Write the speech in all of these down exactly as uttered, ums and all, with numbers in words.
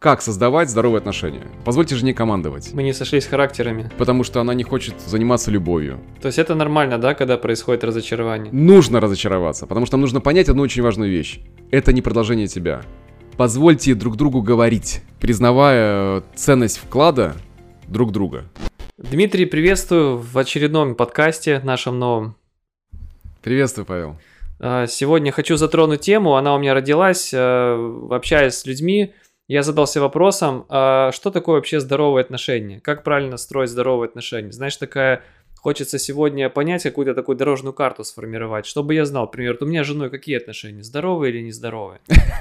Как создавать здоровые отношения? Позвольте жене командовать. Мы не сошлись характерами. Потому что она не хочет заниматься любовью. То есть это нормально, да, когда происходит разочарование? Нужно разочароваться, потому что нам нужно понять одну очень важную вещь. Это не продолжение тебя. Позвольте друг другу говорить, признавая ценность вклада друг друга. Дмитрий, приветствую в очередном подкасте нашем новом. Приветствую, Павел. Сегодня хочу затронуть тему, она у меня родилась, общаясь с людьми. Я задался вопросом, а что такое вообще здоровые отношения? Как правильно строить здоровые отношения? Знаешь, такая, хочется сегодня понять, какую-то такую дорожную карту сформировать, чтобы я знал, например, у меня с женой какие отношения, здоровые или нездоровые?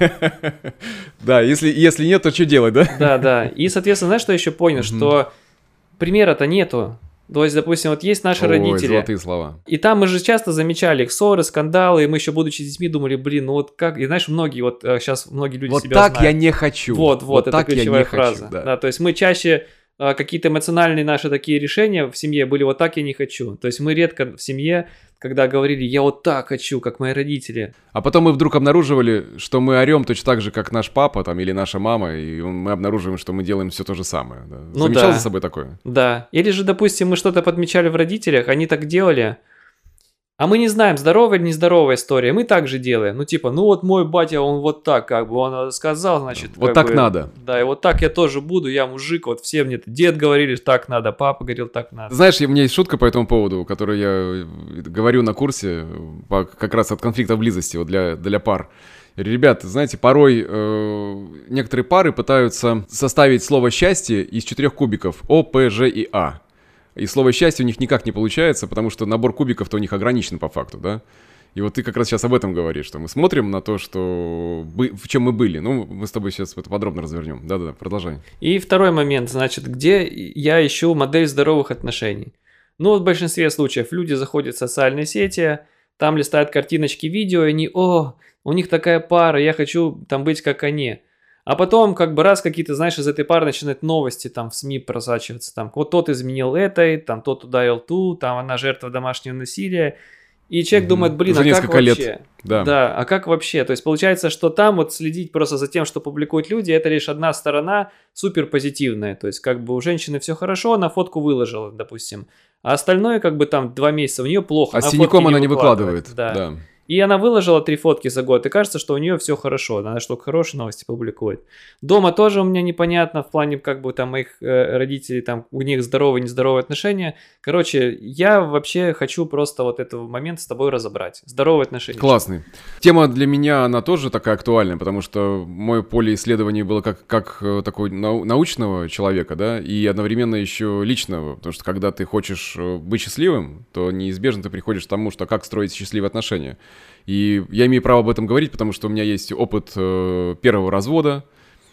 Да, если, если нет, то что делать, да? Да, да. И, соответственно, знаешь, что я еще понял? Что примера-то нету. То есть, допустим, вот есть наши Ой, родители. золотые слова. И там мы же часто замечали их ссоры, скандалы, и мы еще, будучи детьми, думали, блин, ну вот как... И знаешь, многие, вот сейчас многие люди вот себя так знают. я не хочу. Вот, вот, вот это так ключевая я не фраза. Хочу, да. Да, то есть мы чаще... Какие-то эмоциональные наши такие решения в семье были вот так я не хочу. То есть мы редко в семье, когда говорили, я вот так хочу, как мои родители. А потом мы вдруг обнаруживали, что мы орем точно так же, как наш папа там, или наша мама, и мы обнаруживаем, что мы делаем все то же самое. Да. Ну Замечал да. за собой такое? Да. Или же, допустим, мы что-то подмечали в родителях, они так делали, а мы не знаем, здоровая или нездоровая история. Мы так же делаем. Ну, типа, ну вот мой батя, он вот так, как бы, он сказал, значит... Вот так бы, надо. Да, и вот так я тоже буду, я мужик, вот все мне... Дед говорили, так надо, папа говорил, так надо. Знаешь, у меня есть шутка по этому поводу, которую я говорю на курсе, по, как раз от конфликта близости, вот для, для пар. Ребята, знаете, порой э, некоторые пары пытаются составить слово «счастье» из четырех кубиков О, П, Ж и А. И слово «счастье» у них никак не получается, потому что набор кубиков-то у них ограничен по факту, да? И вот ты как раз сейчас об этом говоришь, что мы смотрим на то, что в чем мы были. Ну, мы с тобой сейчас это подробно развернем. Да-да-да, продолжай. И второй момент, значит, где я ищу модель здоровых отношений? Ну, вот в большинстве случаев люди заходят в социальные сети, там листают картиночки, видео, и они, о, у них такая пара, я хочу там быть как они. А потом, как бы раз какие-то, знаешь, из этой пары начинают новости там в СМИ просачиваться. Там вот тот изменил этой, там тот ударил ту, там она жертва домашнего насилия. И человек угу. думает, блин, уже а как лет. вообще? Да. да, а как вообще? То есть получается, что там вот следить просто за тем, что публикуют люди, это лишь одна сторона супер позитивная. То есть как бы у женщины все хорошо, она фотку выложила, допустим. А остальное как бы там два месяца у нее плохо. А с синяком она не выкладывает. Да. да. И она выложила три фотки за год, и кажется, что у нее все хорошо, она что-то хорошие новости публикует. Дома тоже у меня непонятно, в плане как бы там моих э, родителей, там у них здоровые, нездоровые отношения. Короче, я вообще хочу просто вот этот момент с тобой разобрать. Здоровые отношения. Классный. Тема для меня, она тоже такая актуальная, потому что мое поле исследований было как, как такой нау- научного человека, да, и одновременно еще личного, потому что когда ты хочешь быть счастливым, то неизбежно ты приходишь к тому, что как строить счастливые отношения. И я имею право об этом говорить, потому что у меня есть опыт э, первого развода,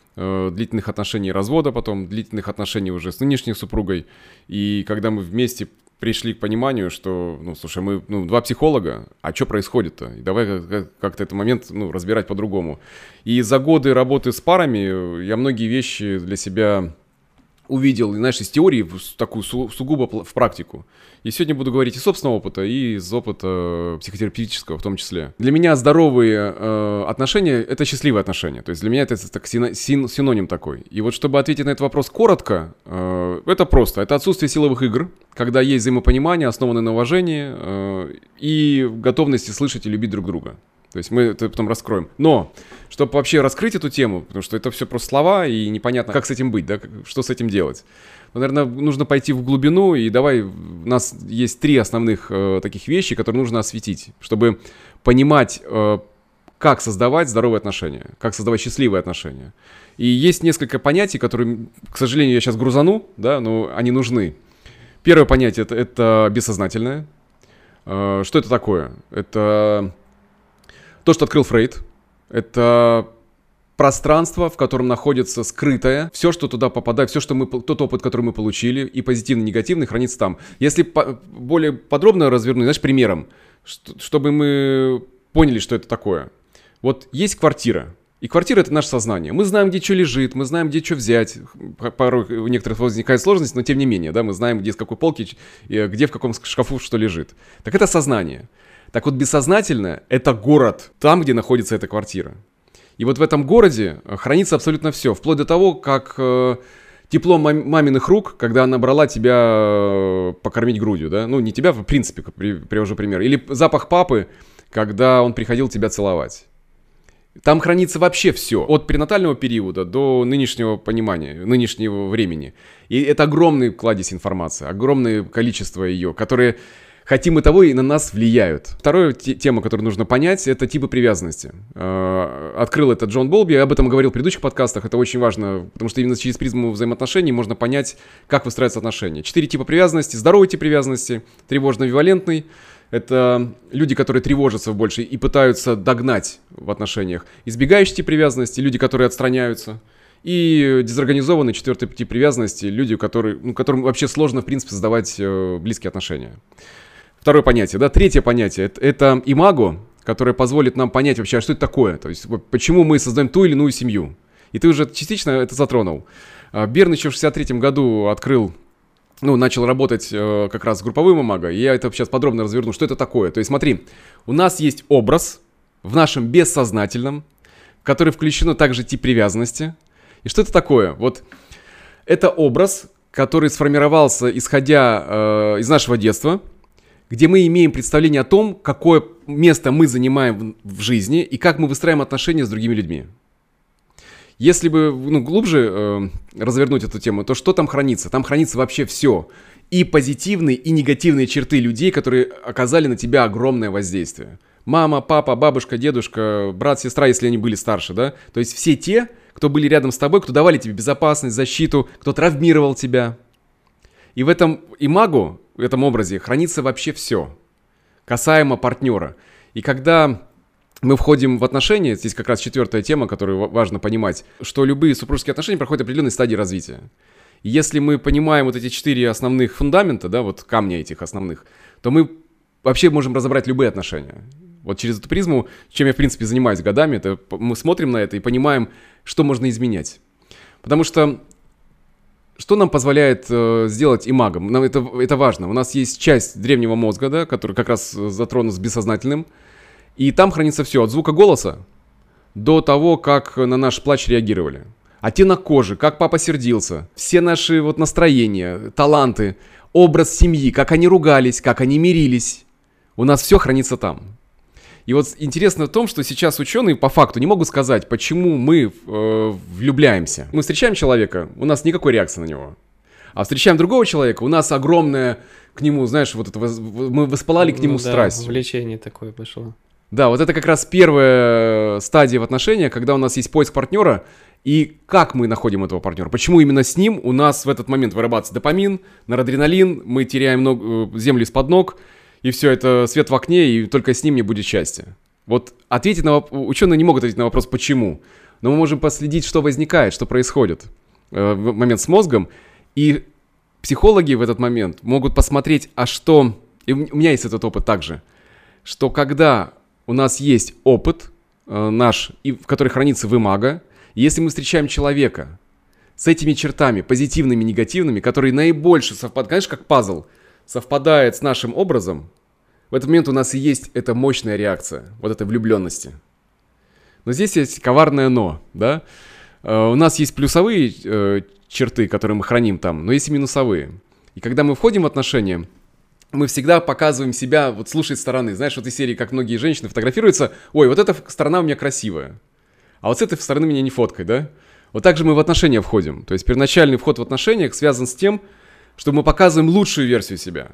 э, длительных отношений развода, потом длительных отношений уже с нынешней супругой. И когда мы вместе пришли к пониманию, что, ну, слушай, мы ну, два психолога, а что происходит-то? И давай как-то этот момент ну, разбирать по-другому. И за годы работы с парами я многие вещи для себя увидел, знаешь, из теории в такую су- сугубо в практику. И сегодня буду говорить из собственного опыта, и из опыта психотерапевтического в том числе. Для меня здоровые э, отношения — это счастливые отношения. То есть для меня это так, сино- син- синоним такой. И вот чтобы ответить на этот вопрос коротко, э, это просто. Это отсутствие силовых игр, когда есть взаимопонимание, основанное на уважении э, и готовности слышать и любить друг друга. То есть мы это потом раскроем. Но, чтобы вообще раскрыть эту тему, потому что это все просто слова, и непонятно, как с этим быть, да, что с этим делать. Ну, наверное, нужно пойти в глубину, и давай, у нас есть три основных э, таких вещи, которые нужно осветить, чтобы понимать, э, как создавать здоровые отношения, как создавать счастливые отношения. И есть несколько понятий, которые, к сожалению, я сейчас грузану, да, но они нужны. Первое понятие это, — это бессознательное. Э, что это такое? Это то, что открыл Фрейд. Это пространство, в котором находится скрытое, все, что туда попадает, все, что мы, тот опыт, который мы получили, и позитивный, и негативный, хранится там. Если по- более подробно развернуть, знаешь, примером, что, чтобы мы поняли, что это такое. Вот есть квартира, и квартира — это наше сознание. Мы знаем, где что лежит, мы знаем, где что взять. Порой у некоторых возникает сложность, но тем не менее, да, мы знаем, где с какой полки, где в каком шкафу что лежит. Так это сознание. Так вот, бессознательное — это город, там, где находится эта квартира. И вот в этом городе хранится абсолютно все, вплоть до того, как э, тепло маминых рук, когда она брала тебя э, покормить грудью, да, ну не тебя, в принципе, при, привожу пример, или запах папы, когда он приходил тебя целовать. Там хранится вообще все, от перинатального периода до нынешнего понимания, нынешнего времени. И это огромный кладезь информации, огромное количество ее, которые, хотим мы того, и на нас влияют. Вторая те- тема, которую нужно понять, это типы привязанности. Э- открыл это Джон Болби, я об этом говорил в предыдущих подкастах, это очень важно, потому что именно через призму взаимоотношений можно понять, как выстраиваются отношения. Четыре типа привязанности: здоровый тип привязанности, тревожно-амбивалентный. Это люди, которые тревожатся больше и пытаются догнать в отношениях. Избегающий тип привязанности, люди, которые отстраняются. И дезорганизованный четвертый тип привязанности, люди, которые, ну, которым вообще сложно, в принципе, создавать э, близкие отношения. Второе понятие, да, третье понятие, это, это имаго, которое позволит нам понять вообще, а что это такое, то есть почему мы создаем ту или иную семью. И ты уже частично это затронул. Берн еще в шестьдесят третьем году открыл, ну, начал работать э, как раз с групповым имаго, и я это сейчас подробно разверну, что это такое. То есть смотри, у нас есть образ в нашем бессознательном, в который включено также тип привязанности. И что это такое? Вот это образ, который сформировался, исходя э, из нашего детства, где мы имеем представление о том, какое место мы занимаем в, в жизни и как мы выстраиваем отношения с другими людьми. Если бы, ну, глубже э, развернуть эту тему, то что там хранится? Там хранится вообще все. И позитивные, и негативные черты людей, которые оказали на тебя огромное воздействие. Мама, папа, бабушка, дедушка, брат, сестра, если они были старше, да? То есть все те, кто были рядом с тобой, кто давали тебе безопасность, защиту, кто травмировал тебя. И в этом имаго, в этом образе хранится вообще все, касаемо партнера. И когда мы входим в отношения, здесь как раз четвертая тема, которую важно понимать, что любые супружеские отношения проходят определенные стадии развития. И если мы понимаем вот эти четыре основных фундамента, да, вот камня этих основных, то мы вообще можем разобрать любые отношения. Вот через эту призму, чем я, в принципе, занимаюсь годами, это мы смотрим на это и понимаем, что можно изменять. Потому что что нам позволяет э, сделать имаго? Нам это, это важно. У нас есть часть древнего мозга, да, который как раз затронут с бессознательным. И там хранится все, от звука голоса до того, как на наш плач реагировали. Оттенок кожи, как папа сердился, все наши вот настроения, таланты, образ семьи, как они ругались, как они мирились. У нас все хранится там. И вот интересно в том, что сейчас ученые по факту не могут сказать, почему мы э, влюбляемся. Мы встречаем человека, у нас никакой реакции на него. А встречаем другого человека, у нас огромное к нему, знаешь, вот это, мы воспалали к нему ну, да, страсть. Влечение такое пошло. Да, вот это как раз первая стадия в отношениях, когда у нас есть поиск партнера, и как мы находим этого партнера. Почему именно с ним у нас в этот момент вырабатывается допамин, норадреналин, мы теряем ног, землю из-под ног, и все это свет в окне, и только с ним не будет счастья. Вот ответить на вопрос, ученые не могут ответить на вопрос «почему?», но мы можем последить, что возникает, что происходит э, в момент с мозгом, и психологи в этот момент могут посмотреть, а что... И у меня есть этот опыт также, что когда у нас есть опыт э, наш, и, в который хранится в имаго, и если мы встречаем человека с этими чертами, позитивными, негативными, которые наибольше совпадают, конечно, как пазл, совпадает с нашим образом, в этот момент у нас и есть эта мощная реакция, вот этой влюбленности. Но здесь есть коварное «но», да? Э, у нас есть плюсовые э, черты, которые мы храним там, но есть и минусовые. И когда мы входим в отношения, мы всегда показываем себя, вот слушай с стороны. Знаешь, вот из серии, как многие женщины фотографируются, ой, вот эта сторона у меня красивая, а вот с этой стороны меня не фоткай, да? Вот так же мы в отношения входим. То есть первоначальный вход в отношениях связан с тем, что мы показываем лучшую версию себя.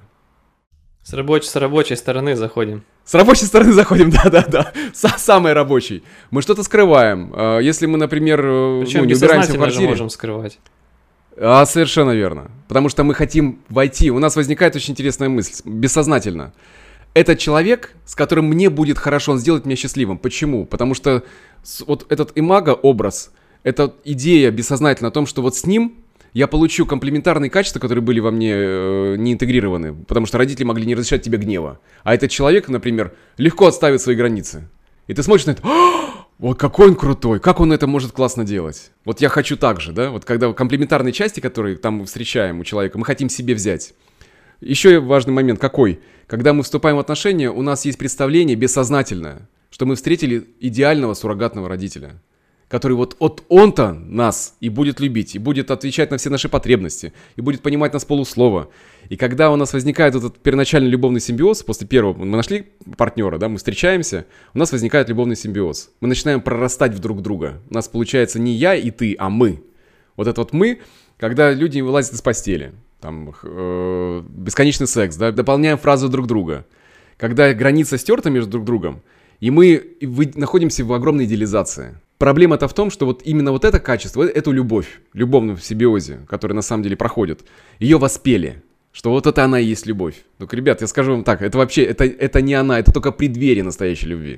С рабочей, с рабочей стороны заходим. С рабочей стороны заходим, да-да-да. С самой рабочей. Мы что-то скрываем. Если мы, например, Причем ну, не убираемся в бессознательно квартире. же можем скрывать. А, совершенно верно. Потому что мы хотим войти. У нас возникает очень интересная мысль, бессознательно. Этот человек, с которым мне будет хорошо, он сделает меня счастливым. Почему? Потому что вот этот имаго-образ, это идея бессознательно о том, что вот с ним я получу комплементарные качества, которые были во мне э, не интегрированы. Потому что родители могли не разрешать тебе гнева. А этот человек, например, легко отставит свои границы. И ты смотришь на это... Вот какой он крутой, как он это может классно делать. Вот я хочу так же, да, вот когда комплементарные части, которые там мы встречаем у человека, мы хотим себе взять. Еще важный момент какой? Когда мы вступаем в отношения, у нас есть представление бессознательное, что мы встретили идеального суррогатного родителя. который вот, вот он-то нас и будет любить, и будет отвечать на все наши потребности, и будет понимать нас полуслова. И когда у нас возникает этот первоначальный любовный симбиоз, после первого мы нашли партнера, да, мы встречаемся, у нас возникает любовный симбиоз. Мы начинаем прорастать в друг друга. У нас получается не я и ты, а мы. Вот это вот мы, когда люди вылазят из постели, там, э, бесконечный секс, да, дополняем фразу друг друга. Когда граница стерта между друг другом, и мы вы, находимся в огромной идеализации. Проблема-то в том, что вот именно вот это качество, эту любовь, любовную симбиозе, которая на самом деле проходит, ее воспели, что вот это она и есть любовь. Ну, ребят, я скажу вам так, это вообще, это, это не она, это только преддверие настоящей любви.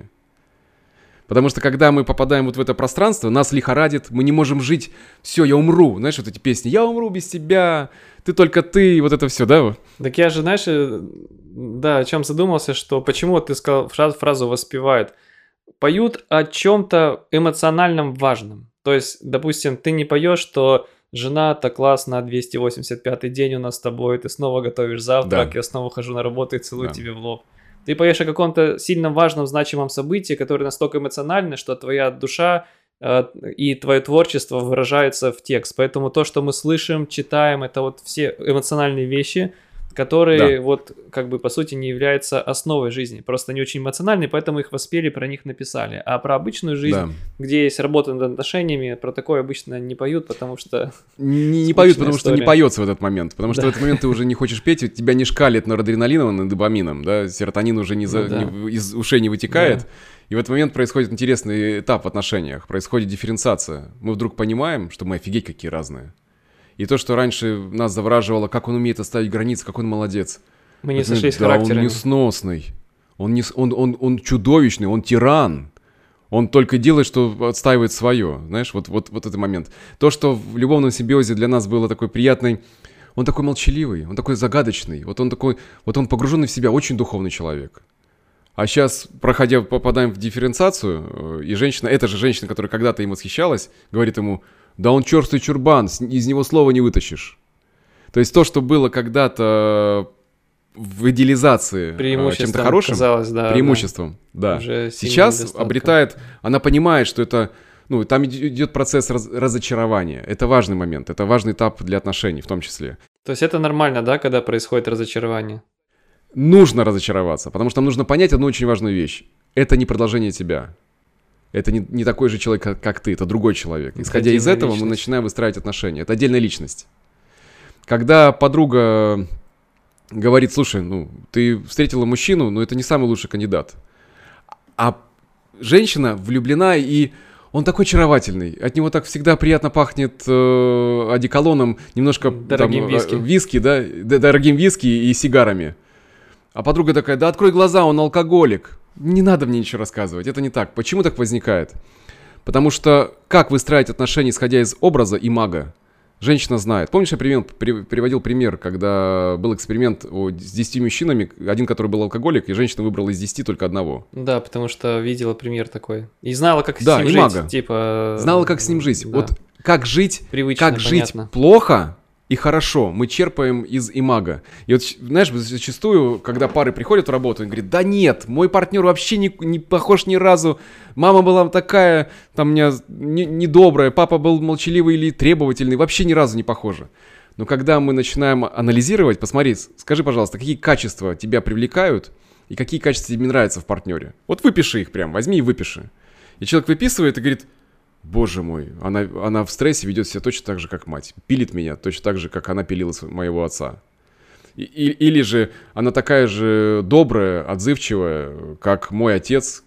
Потому что когда мы попадаем вот в это пространство, нас лихорадит, мы не можем жить, все, я умру, знаешь, вот эти песни, я умру без тебя, ты только ты, и вот это все, да? Так я же, знаешь, да, о чем задумался, что почему ты сказал фразу, фразу «воспевают». Поют о чем-то эмоциональном важном. То есть, допустим, ты не поешь, что жена-то классно, двести восемьдесят пятый день у нас с тобой, ты снова готовишь завтрак, да. Я снова хожу на работу и целую да. тебе в лоб. Ты поешь о каком-то сильно важном, значимом событии, которое настолько эмоциональное, что твоя душа э, и твое творчество выражаются в текст. Поэтому то, что мы слышим, читаем, это вот все эмоциональные вещи, которые да. вот как бы по сути не являются основой жизни. Просто они очень эмоциональные, поэтому их воспели, про них написали. А про обычную жизнь, да. где есть работа над отношениями, про такое обычно не поют, потому что... Не, не поют, потому история. Что не поется в этот момент. Потому что да. в этот момент ты уже не хочешь петь, у тебя не шкалит норадреналином и допамином, да, серотонин уже не за, ну, да. не, из ушей не вытекает. Да. И в этот момент происходит интересный этап в отношениях, происходит дифференциация. Мы вдруг понимаем, что мы офигеть какие разные. И то, что раньше нас завораживало, как он умеет оставить границы, как он молодец. Мы не сошлись да, характерами. Он несносный, он, не, он, он, он чудовищный, он тиран. Он только делает, что отстаивает свое. Знаешь, вот, вот, вот этот момент. То, что в любовном симбиозе для нас было такой приятный, он такой молчаливый, он такой загадочный. Вот он такой, вот он погруженный в себя, очень духовный человек. А сейчас, проходя, попадаем в дифференциацию, и женщина, эта же женщина, которая когда-то им восхищалась, говорит ему: да он черствый чурбан, из него слова не вытащишь. То есть то, что было когда-то в идеализации чем-то хорошим, казалось, да, преимуществом, да, да. Сейчас обретает, она понимает, что это, ну, там идет процесс раз, разочарования. Это важный момент, это важный этап для отношений в том числе. То есть это нормально, да, когда происходит разочарование? Нужно разочароваться, потому что нам нужно понять одну очень важную вещь. Это не продолжение тебя. Это не, не такой же человек, как, как ты, это другой человек. Исходя из этого, личность. Мы начинаем выстраивать отношения. Это отдельная личность. Когда подруга говорит: слушай, ну, ты встретила мужчину, но это не самый лучший кандидат. А женщина влюблена, и он такой очаровательный. От него так всегда приятно пахнет э, одеколоном, немножко дорогим там, виски. виски, да, дорогим виски и сигарами. А подруга такая: да открой глаза, он алкоголик. Не надо мне ничего рассказывать, это не так. Почему так возникает? Потому что как выстраивать отношения, исходя из образа и мага, женщина знает. Помнишь, я привел, при, приводил пример, когда был эксперимент о, с десятью мужчинами, один, который был алкоголик, и женщина выбрала из десяти только одного. Да, потому что видела пример такой. И знала, как да, с ним и жить. Мага. Типа... Знала, как с ним жить. Да. Вот как жить, привычно, как понятно. Жить плохо и хорошо мы черпаем из имага. И вот, знаешь, зачастую, когда пары приходят в работу, и говорят: да нет, мой партнер вообще не, не похож ни разу. Мама была такая, там, у меня недобрая, папа был молчаливый или требовательный, вообще ни разу не похоже. Но когда мы начинаем анализировать, посмотри, скажи, пожалуйста, какие качества тебя привлекают и какие качества тебе нравятся в партнере. Вот выпиши их прям, возьми и выпиши. И человек выписывает и говорит: боже мой, она, она в стрессе ведет себя точно так же, как мать. Пилит меня точно так же, как она пилила моего отца. И, и, или же она такая же добрая, отзывчивая, как мой отец,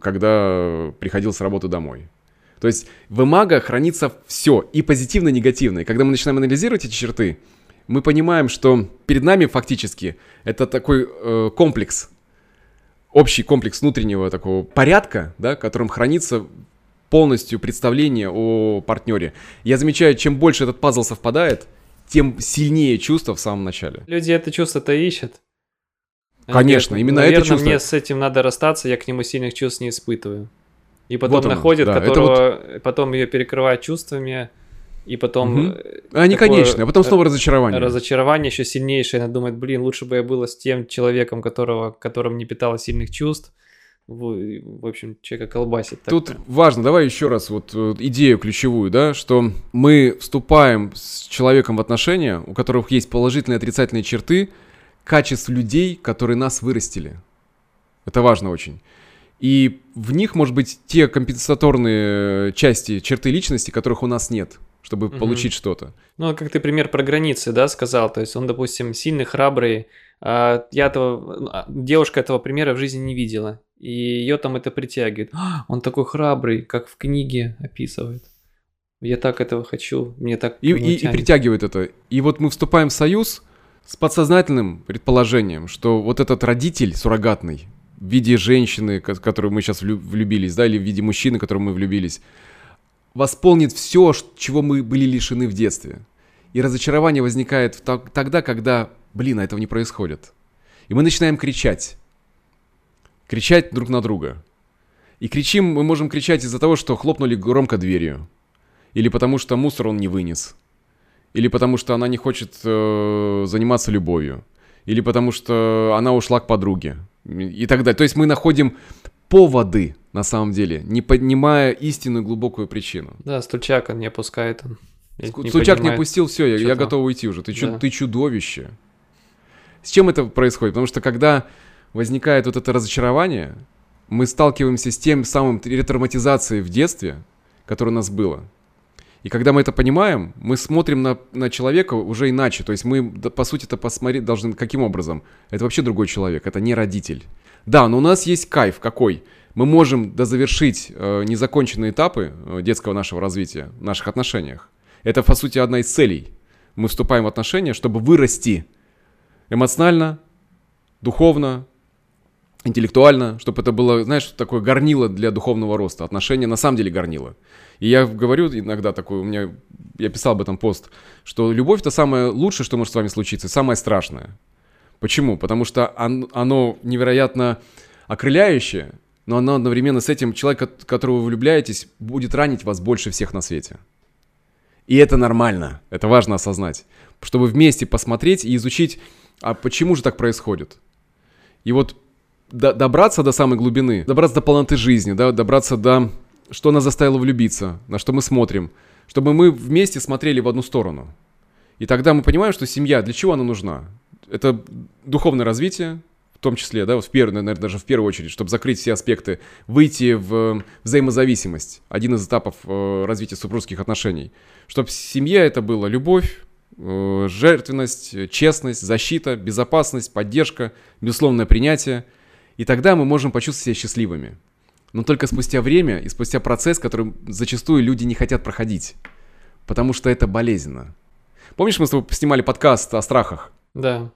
когда приходил с работы домой. То есть в имаго хранится все, и позитивно, и негативно. И когда мы начинаем анализировать эти черты, мы понимаем, что перед нами фактически это такой э, комплекс, общий комплекс внутреннего такого порядка, да, в котором хранится полностью представление о партнере. Я замечаю, чем больше этот пазл совпадает, тем сильнее чувство в самом начале. Люди это чувство-то ищут. Конечно, говорят, именно наверное, это чувство. Мне с этим надо расстаться, я к нему сильных чувств не испытываю. И потом вот находит, да, которого, вот... потом ее перекрывает чувствами, и потом... Угу. Они конечные, а потом снова разочарование. Разочарование еще сильнейшее. Она думает: блин, лучше бы я была с тем человеком, которого, которым не питала сильных чувств. в, в общем, человека колбасит. Тут прям. важно, давай еще раз вот идею ключевую, да, что мы вступаем с человеком в отношения, у которых есть положительные и отрицательные черты, качеств людей, которые нас вырастили. Это важно очень. И в них, может быть, те компенсаторные части, черты личности, которых у нас нет, чтобы угу. получить что-то. Ну, как ты пример про границы, да, сказал. То есть он, допустим, сильный, храбрый. А я этого, девушка этого примера в жизни не видела. И ее там это притягивает. А, он такой храбрый, как в книге описывает. Я так этого хочу, мне так... И, и, и притягивает это. И вот мы вступаем в союз с подсознательным предположением, что вот этот родитель суррогатный, в виде женщины, в которую мы сейчас влюбились, да, или в виде мужчины, в которого мы влюбились, восполнит все, чего мы были лишены в детстве. И разочарование возникает тогда, когда, блин, а этого не происходит. И мы начинаем кричать. Кричать друг на друга. И кричим, мы можем кричать из-за того, что хлопнули громко дверью. Или потому что мусор он не вынес. Или потому что она не хочет э, заниматься любовью. Или потому что она ушла к подруге. И так далее. То есть мы находим поводы, на самом деле, не поднимая истинную глубокую причину. Да, стульчак он не опускает. Он не Стульчак не опустил, все, я, я готов уйти уже. Ты, да. ты чудовище. С чем это происходит? Потому что когда возникает вот это разочарование, мы сталкиваемся с тем самым ретравматизацией в детстве, которое у нас было. И когда мы это понимаем, мы смотрим на, на человека уже иначе. То есть мы, по сути, это посмотреть должны каким образом. Это вообще другой человек, это не родитель. Да, но у нас есть кайф какой. Мы можем дозавершить э, незаконченные этапы э, детского нашего развития в наших отношениях. Это, по сути, одна из целей. Мы вступаем в отношения, чтобы вырасти эмоционально, духовно, интеллектуально, чтобы это было, знаешь, такое горнило для духовного роста. Отношения на самом деле горнило. И я говорю иногда такое, у меня, я писал об этом пост, что любовь — это самое лучшее, что может с вами случиться, самое страшное. Почему? Потому что оно невероятно окрыляющее, но оно одновременно с этим человек, в которого вы влюбляетесь, будет ранить вас больше всех на свете. И это нормально, это важно осознать, чтобы вместе посмотреть и изучить, а почему же так происходит. И вот до, добраться до самой глубины, добраться до полноты жизни, да, добраться до, что нас заставило влюбиться, на что мы смотрим, чтобы мы вместе смотрели в одну сторону. И тогда мы понимаем, что семья, для чего она нужна? Это духовное развитие, в том числе, да, вот в первую, наверное, даже в первую очередь, чтобы закрыть все аспекты, выйти в взаимозависимость, один из этапов э, развития супружеских отношений. Чтобы семья это была любовь, э, жертвенность, честность, защита, безопасность, поддержка, безусловное принятие. И тогда мы можем почувствовать себя счастливыми. Но только спустя время и спустя процесс, который зачастую люди не хотят проходить, потому что это болезненно. Помнишь, мы с тобой снимали подкаст о страхах? Да.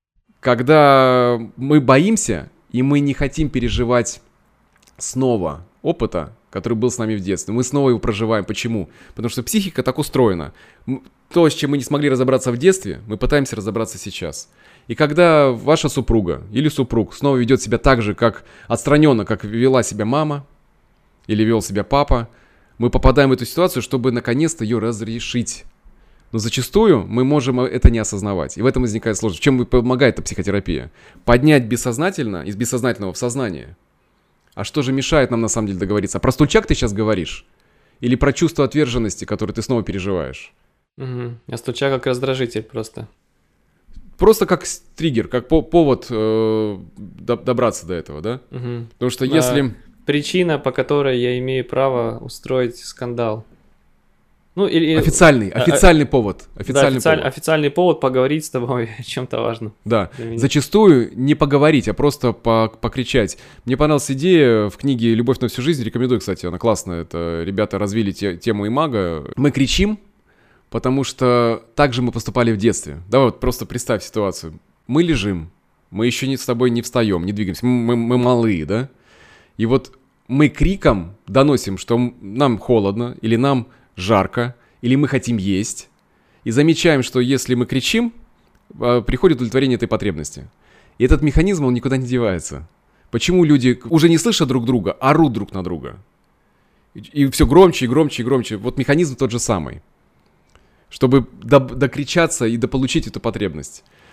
Когда мы боимся, и мы не хотим переживать снова опыта, который был с нами в детстве. Мы снова его проживаем. Почему? Потому что психика так устроена. То, с чем мы не смогли разобраться в детстве, мы пытаемся разобраться сейчас. И когда ваша супруга или супруг снова ведет себя так же, как отстраненно, как вела себя мама или вел себя папа, мы попадаем в эту ситуацию, чтобы наконец-то ее разрешить. Но зачастую мы можем это не осознавать. И в этом возникает сложность. В чем помогает эта психотерапия? Поднять бессознательно, из бессознательного в сознание. А что же мешает нам на самом деле договориться? Про стульчак ты сейчас говоришь? Или про чувство отверженности, которое ты снова переживаешь? Угу. А стульчак как раздражитель просто. Просто как триггер, как по- повод э, добраться до этого, да? Угу. Потому что если... А, причина, по которой я имею право устроить скандал. Ну, или... Официальный, официальный а, повод. Официальный, да, официаль, повод. официальный повод поговорить с тобой о чем-то важном. Да, зачастую не поговорить, а просто по- покричать. Мне понравилась идея в книге «Любовь на всю жизнь», рекомендую, кстати, она классная. Это ребята развили те- тему имага. Мы кричим, потому что так же мы поступали в детстве. Давай вот просто представь ситуацию. Мы лежим, мы еще не с тобой не встаем, не двигаемся, мы, мы, мы малые, да? И вот мы криком доносим, что нам холодно или нам жарко, или мы хотим есть, и замечаем, что если мы кричим, приходит удовлетворение этой потребности. И этот механизм, он никуда не девается. Почему люди, уже не слыша друг друга, орут друг на друга? И все громче, и громче, и громче. Вот механизм тот же самый. Чтобы до- докричаться и дополучить эту потребность.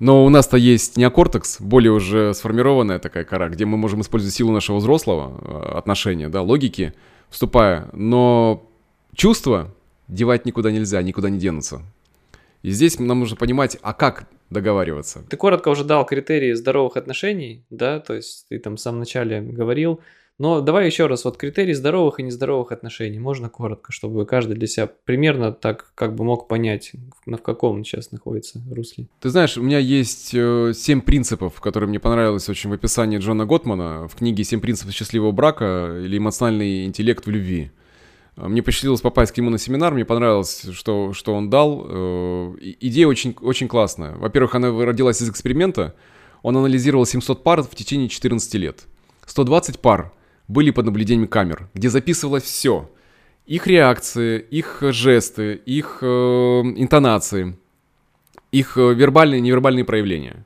Но у нас-то есть неокортекс, более уже сформированная такая кора, где мы можем использовать силу нашего взрослого отношения, да, логики, вступая. Но чувства девать никуда нельзя, никуда не денутся. И здесь нам нужно понимать, а как договариваться. Ты коротко уже дал критерии здоровых отношений, да, то есть ты там в самом начале говорил. Но давай еще раз, вот критерии здоровых и нездоровых отношений. Можно коротко, чтобы каждый для себя примерно так как бы мог понять, в каком он сейчас находится русле. Ты знаешь, у меня есть э, семь принципов, которые мне понравилось очень в описании Джона Готмана в книге «Семь принципов счастливого брака» или «Эмоциональный интеллект в любви». Мне посчастливилось попасть к нему на семинар, мне понравилось, что, что он дал. Э, идея очень, очень классная. Во-первых, она родилась из эксперимента. Он анализировал семьсот пар в течение четырнадцати лет. сто двадцать пар были под наблюдением камер, где записывалось все. Их реакции, их жесты, их э, интонации, их вербальные и невербальные проявления.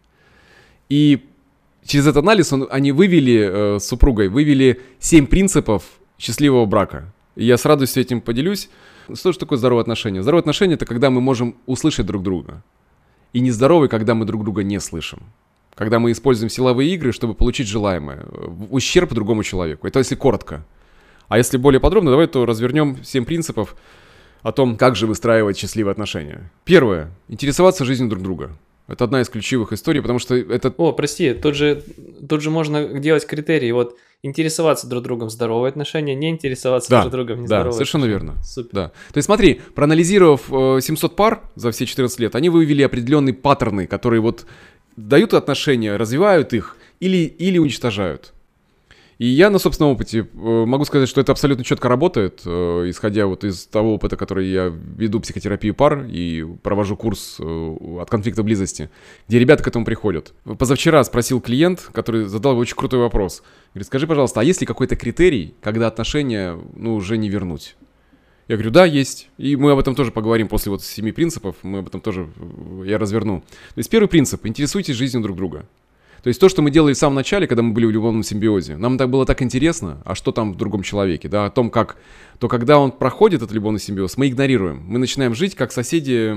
И через этот анализ он, они вывели э, с супругой, вывели семь принципов счастливого брака. И я с радостью этим поделюсь. Что же такое здоровые отношения? Здоровые отношения — это когда мы можем услышать друг друга. И нездоровые, когда мы друг друга не слышим. Когда мы используем силовые игры, чтобы получить желаемое, в ущерб другому человеку. Это если коротко. А если более подробно, давай то развернем семь принципов о том, как же выстраивать счастливые отношения. Первое. Интересоваться жизнью друг друга. Это одна из ключевых историй, потому что это... О, прости, тут же, тут же можно делать критерии. Вот интересоваться друг другом — здоровые отношения, не интересоваться да, друг другом — нездоровые. Да, совершенно отношения. верно. Супер. Да. То есть смотри, проанализировав э, семьсот пар за все четырнадцать лет, они вывели определенные паттерны, которые вот дают отношения, развивают их или, или уничтожают. И я на собственном опыте э, могу сказать, что это абсолютно четко работает, э, исходя вот из того опыта, который я веду психотерапию пар и провожу курс э, от конфликта близости, где ребята к этому приходят. Позавчера спросил клиент, который задал очень крутой вопрос. Говорит, скажи, пожалуйста, а есть ли какой-то критерий, когда отношения ну, уже не вернуть? Я говорю, да, есть. И мы об этом тоже поговорим после вот семи принципов, мы об этом тоже я разверну. То есть первый принцип – интересуйтесь жизнью друг друга. То есть то, что мы делали в самом начале, когда мы были в любовном симбиозе, нам так было так интересно, а что там в другом человеке, да, о том, как, то когда он проходит этот любовный симбиоз, мы игнорируем, мы начинаем жить как соседи,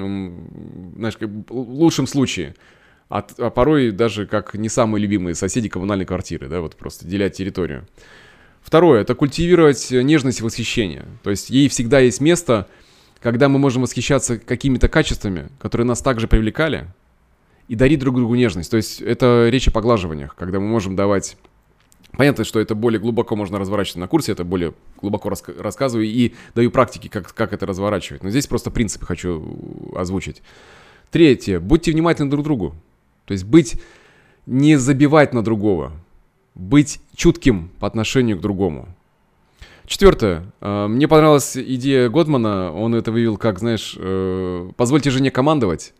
знаешь, как в лучшем случае, а, а порой даже как не самые любимые соседи коммунальной квартиры, да, вот просто делять территорию. Второе – это культивировать нежность и восхищение, то есть ей всегда есть место, когда мы можем восхищаться какими-то качествами, которые нас также привлекали, и дарить друг другу нежность. То есть это речь о поглаживаниях, когда мы можем давать... Понятно, что это более глубоко можно разворачивать на курсе, это более глубоко раска- рассказываю и даю практики, как, как это разворачивать. Но здесь просто принципы хочу озвучить. Третье. Будьте внимательны друг к другу. То есть быть... Не забивать на другого. Быть чутким по отношению к другому. Четвертое. Мне понравилась идея Готмана. Он это вывел как, знаешь, позвольте жене командовать.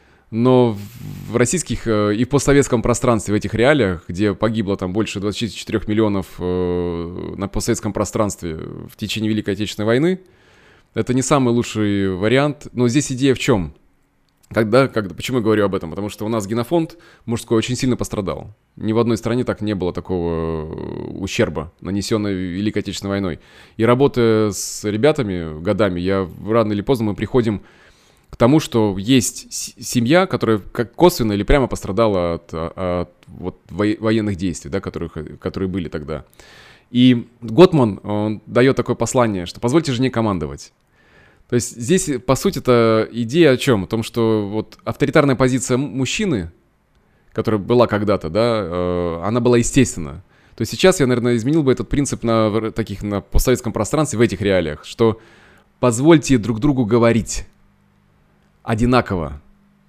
Но в российских и в постсоветском пространстве, в этих реалиях, где погибло там больше двадцати четырёх миллионов э, на постсоветском пространстве в течение Великой Отечественной войны, это не самый лучший вариант. Но здесь идея в чем? Когда, когда, почему я говорю об этом? Потому что у нас генофонд мужской очень сильно пострадал. Ни в одной стране так не было такого ущерба, нанесенного Великой Отечественной войной. И работая с ребятами годами, я рано или поздно мы приходим к тому, что есть семья, которая как косвенно или прямо пострадала от, от вот, военных действий, да, которых, которые были тогда. И Готман, он дает такое послание, что позвольте жене командовать. То есть здесь, по сути, это идея о чем? О том, что вот авторитарная позиция мужчины, которая была когда-то, да, она была естественна. То есть сейчас я, наверное, изменил бы этот принцип на таких, на постсоветском пространстве, в этих реалиях, что позвольте друг другу говорить одинаково,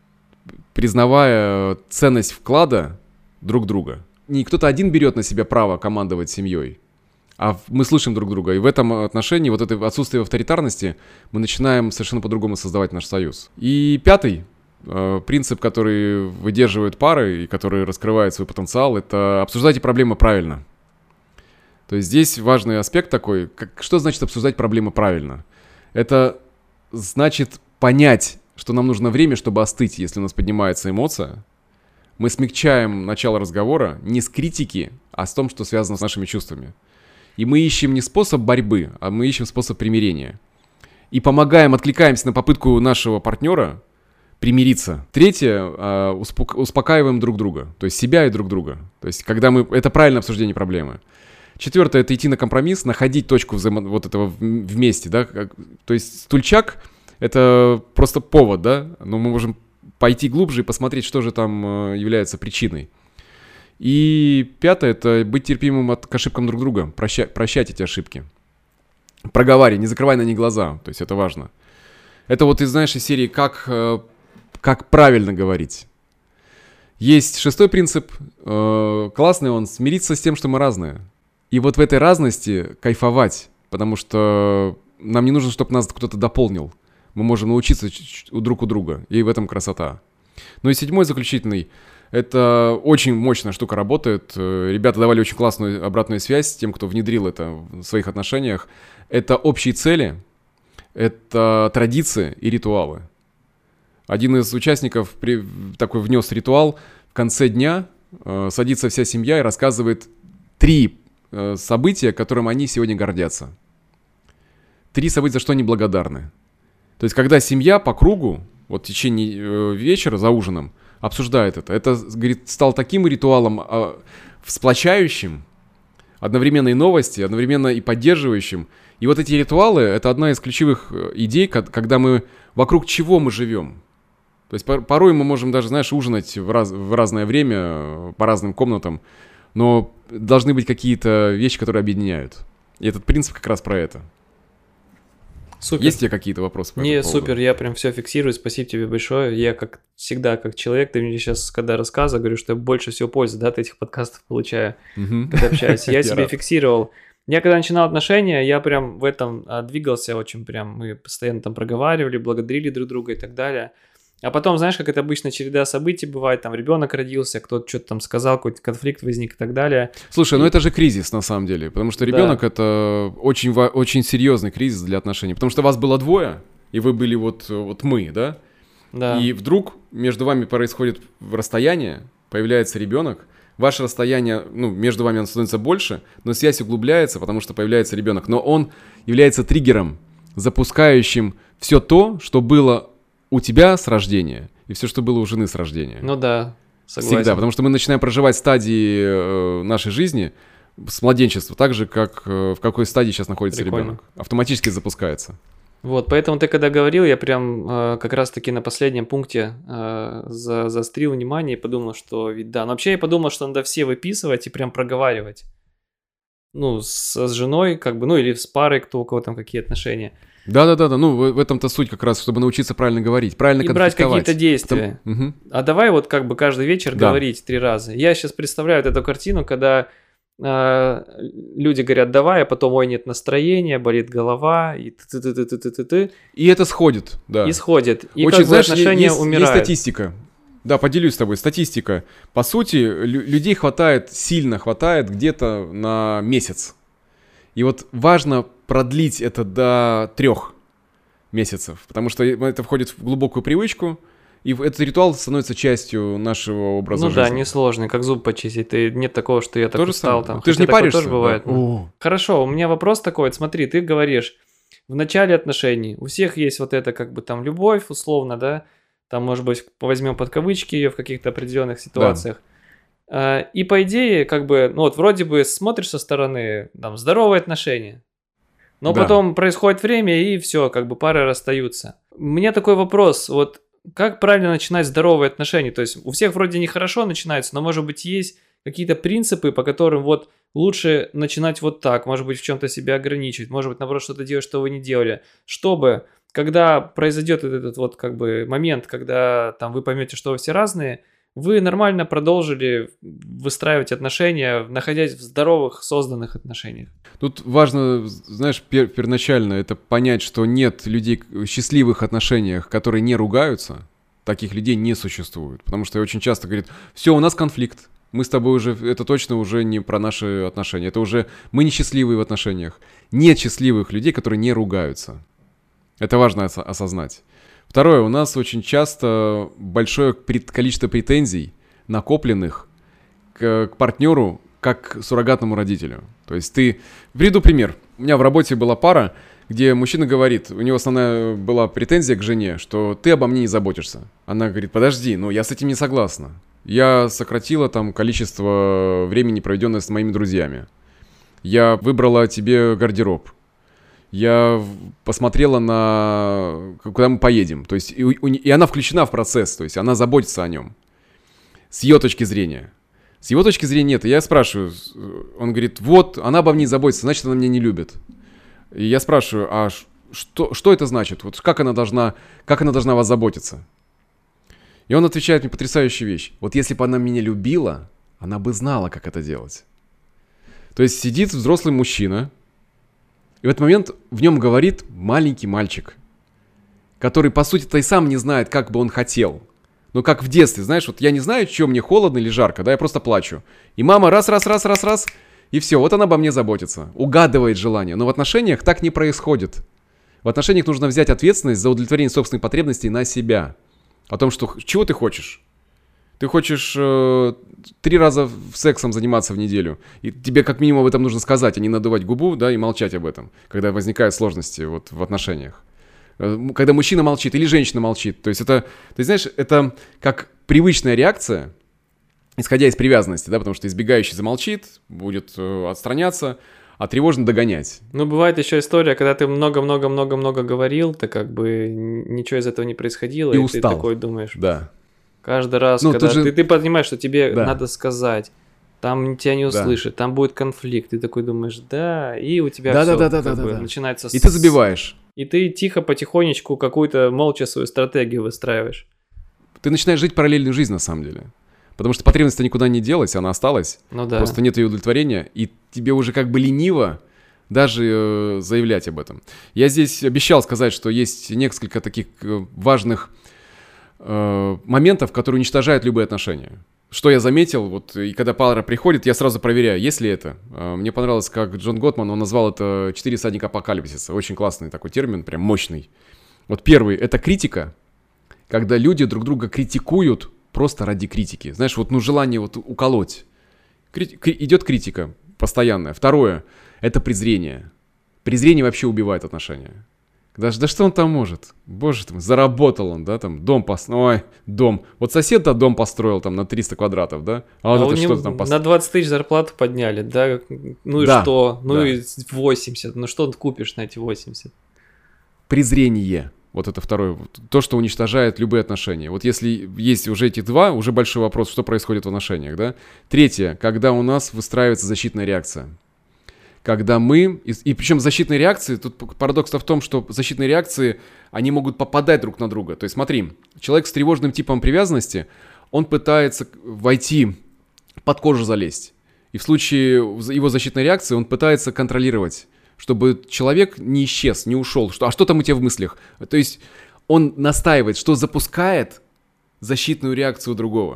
признавая ценность вклада друг друга. Не кто-то один берет на себя право командовать семьей, а мы слышим друг друга. И в этом отношении, вот это отсутствие авторитарности, мы начинаем совершенно по-другому создавать наш союз. И пятый э, принцип, который выдерживает пары и который раскрывает свой потенциал, это обсуждайте проблемы правильно. То есть здесь важный аспект такой, как, что значит обсуждать проблемы правильно? Это значит понять, что нам нужно время, чтобы остыть, если у нас поднимается эмоция. Мы смягчаем начало разговора не с критики, а с том, что связано с нашими чувствами. И мы ищем не способ борьбы, а мы ищем способ примирения. И помогаем, откликаемся на попытку нашего партнера примириться. Третье, э, успок- успокаиваем друг друга, то есть себя и друг друга. То есть когда мы... Это правильное обсуждение проблемы. Четвертое — это идти на компромисс, находить точку взаимо... вот этого вместе, да. То есть стульчак — это просто повод, да, но мы можем пойти глубже и посмотреть, что же там является причиной. И пятое — это быть терпимым от, к ошибкам друг друга, проща, прощать эти ошибки. Проговаривай, не закрывай на них глаза, то есть это важно. Это вот, ты знаешь, из серии «Как, как правильно говорить». Есть шестой принцип, э, классный он, смириться с тем, что мы разные. И вот в этой разности кайфовать, потому что нам не нужно, чтобы нас кто-то дополнил. Мы можем научиться у друг у друга, и в этом красота. Ну и седьмой, заключительный, это очень мощная штука работает. Ребята давали очень классную обратную связь тем, кто внедрил это в своих отношениях. Это общие цели, это традиции и ритуалы. Один из участников при, такой внес ритуал. В конце дня э, садится вся семья и рассказывает три э, события, которым они сегодня гордятся. Три события, за что они благодарны. То есть, когда семья по кругу, вот в течение э, вечера за ужином, обсуждает это, это, говорит, стал таким ритуалом э, сплочающим, одновременно и новости, одновременно и поддерживающим. И вот эти ритуалы — это одна из ключевых идей, когда мы вокруг чего мы живем. То есть порой мы можем даже, знаешь, ужинать в, раз, в разное время, по разным комнатам, но должны быть какие-то вещи, которые объединяют. И этот принцип как раз про это. Супер. Есть у тебя какие-то вопросы по Не, этому поводу? супер, я прям все фиксирую, спасибо тебе большое. Я, как всегда, как человек, ты мне сейчас, когда рассказываешь, говорю, что я больше всего пользы, да, от этих подкастов получаю, когда общаюсь. Я себе фиксировал. Я когда начинал отношения, я прям в этом а, двигался очень прям, мы постоянно там проговаривали, благодарили друг друга и так далее. А потом, знаешь, как это обычно череда событий бывает, там ребенок родился, кто-то что-то там сказал, какой-то конфликт возник и так далее. Слушай, и... ну это же кризис на самом деле, потому что ребенок да. это очень, очень серьезный кризис для отношений, потому что вас было двое, и вы были вот, вот мы, да? Да. И вдруг между вами происходит расстояние, появляется ребенок, ваше расстояние, ну, между вами оно становится больше, но связь углубляется, потому что появляется ребенок, но он является триггером, запускающим все то, что было у тебя с рождения и все, что было у жены с рождения. Ну да, согласен. Всегда, потому что мы начинаем проживать стадии э, нашей жизни с младенчества, так же, как э, в какой стадии сейчас находится Прикольно. Ребенок. Автоматически запускается. Вот, поэтому ты когда говорил, я прям э, как раз-таки на последнем пункте э, за, заострил внимание и подумал, что ведь да. Но вообще я подумал, что надо все выписывать и прям проговаривать. Ну, с, с женой, как бы, ну или с парой, кто у кого там какие отношения. Да-да-да, ну в, в этом-то суть как раз, чтобы научиться правильно говорить, правильно и брать какие-то действия. Там... Угу. А давай вот как бы каждый вечер да. говорить три раза. Я сейчас представляю вот эту картину, когда э, люди говорят давай, а потом ой, нет настроения, болит голова, и ты-ты-ты-ты-ты-ты. И это сходит, да. И сходит. И очень, как знаешь, бы отношения есть, умирают. Есть статистика. Да, поделюсь с тобой. Статистика. По сути, лю- людей хватает, сильно хватает где-то на месяц. И вот важно продлить это до трех месяцев, потому что это входит в глубокую привычку, и этот ритуал становится частью нашего образа ну жизни. Ну да, несложный, как зуб почистить. Ты, нет такого, что я так устал. Там. Ты же не паришься. Тоже бывает. Да. Хорошо, у меня вопрос такой. Вот смотри, ты говоришь, в начале отношений у всех есть вот это как бы там любовь, условно, да, там, может быть, возьмем под кавычки ее в каких-то определенных ситуациях. Да. И по идее, как бы, ну вот вроде бы смотришь со стороны, там, здоровые отношения. Но да. потом происходит время, и все, как бы пары расстаются. У меня такой вопрос, вот как правильно начинать здоровые отношения? То есть у всех вроде нехорошо начинается, но может быть есть какие-то принципы, по которым вот лучше начинать вот так, может быть в чем-то себя ограничивать, может быть наоборот что-то делать, что вы не делали, чтобы когда произойдет этот вот как бы момент, когда там вы поймете, что вы все разные, вы нормально продолжили выстраивать отношения, находясь в здоровых, созданных отношениях. Тут важно, знаешь, пер- первоначально это понять, что нет людей в счастливых отношениях, которые не ругаются. Таких людей не существует. Потому что очень часто говорят, все, у нас конфликт. Мы с тобой уже, это точно уже не про наши отношения. Это уже, мы несчастливые в отношениях. Нет счастливых людей, которые не ругаются. Это важно ос- осознать. Второе, у нас очень часто большое количество претензий, накопленных к, к партнеру, как к суррогатному родителю. То есть ты... Приведу пример. У меня в работе была пара, где мужчина говорит, у него основная была претензия к жене, что ты обо мне не заботишься. Она говорит, подожди, но я с этим не согласна. Я сократила там количество времени, проведенное с моими друзьями. Я выбрала тебе гардероб. Я посмотрела на... куда мы поедем. То есть, и, и она включена в процесс, то есть она заботится о нем. С ее точки зрения. С его точки зрения нет. И я спрашиваю, он говорит, вот, она обо мне заботится, значит, она меня не любит. И я спрашиваю, а что, что это значит? Вот как она должна, как она должна о вас заботиться? И он отвечает мне потрясающую вещь. Вот если бы она меня любила, она бы знала, как это делать. То есть сидит взрослый мужчина, и в этот момент в нем говорит маленький мальчик, который, по сути-то, и сам не знает, как бы он хотел. Но как в детстве, знаешь, вот я не знаю, что мне холодно или жарко, да, я просто плачу. И мама раз-раз-раз-раз-раз, и все, вот она обо мне заботится, угадывает желание. Но в отношениях так не происходит. В отношениях нужно взять ответственность за удовлетворение собственных потребностей на себя. О том, что чего ты хочешь. Ты хочешь э, три раза сексом заниматься в неделю, и тебе как минимум об этом нужно сказать, а не надувать губу, да, и молчать об этом, когда возникают сложности вот в отношениях. Когда мужчина молчит или женщина молчит. То есть это, ты знаешь, это как привычная реакция, исходя из привязанности, да, потому что избегающий замолчит, будет э, отстраняться, а тревожно догонять. Ну, бывает еще история, когда ты много-много-много-много говорил, ты как бы ничего из этого не происходило, и, и устал. Ты такой думаешь. Да. Каждый раз, ну, когда же... ты, ты понимаешь, что тебе да. надо сказать, там тебя не услышат, да. там будет конфликт, ты такой думаешь, да, и у тебя да, все да, да, да, бы, да, да. начинается... И с... ты забиваешь. И ты тихо, потихонечку какую-то молча свою стратегию выстраиваешь. Ты начинаешь жить параллельную жизнь на самом деле. Потому что потребность-то никуда не делась, она осталась. Ну да. Просто нет ее удовлетворения, и тебе уже как бы лениво даже э, заявлять об этом. Я здесь обещал сказать, что есть несколько таких э, важных э, моментов, которые уничтожают любые отношения. Что я заметил, вот, и когда пара приходит, я сразу проверяю, есть ли это. Э, мне понравилось, как Джон Готман, он назвал это «четыре всадника апокалипсиса». Очень классный такой термин, прям мощный. Вот первый – это критика, когда люди друг друга критикуют просто ради критики. Знаешь, вот ну желание вот уколоть. Кри- кри- идет критика постоянная. Второе – это презрение. Презрение вообще убивает отношения. Да, да что он там может? Боже ты мой, заработал он, да, там, дом построил. Ой, дом. Вот сосед-то дом построил там на триста квадратов, да? А, а вот а это что-то там построил. На двадцать тысяч зарплату подняли, да? Ну и да, что? Ну да. и восемьдесят. Ну что ты купишь на эти восемьдесят? Презрение. Вот это второе. То, что уничтожает любые отношения. Вот если есть уже эти два, уже большой вопрос, что происходит в отношениях, да? Третье. Когда у нас выстраивается защитная реакция. Когда мы... И, и причем защитные реакции, тут парадокс-то в том, что защитные реакции, они могут попадать друг на друга. То есть смотри, человек с тревожным типом привязанности, он пытается войти, под кожу залезть. И в случае его защитной реакции он пытается контролировать, чтобы человек не исчез, не ушел. Что, а что там у тебя в мыслях? То есть он настаивает, что запускает защитную реакцию у другого.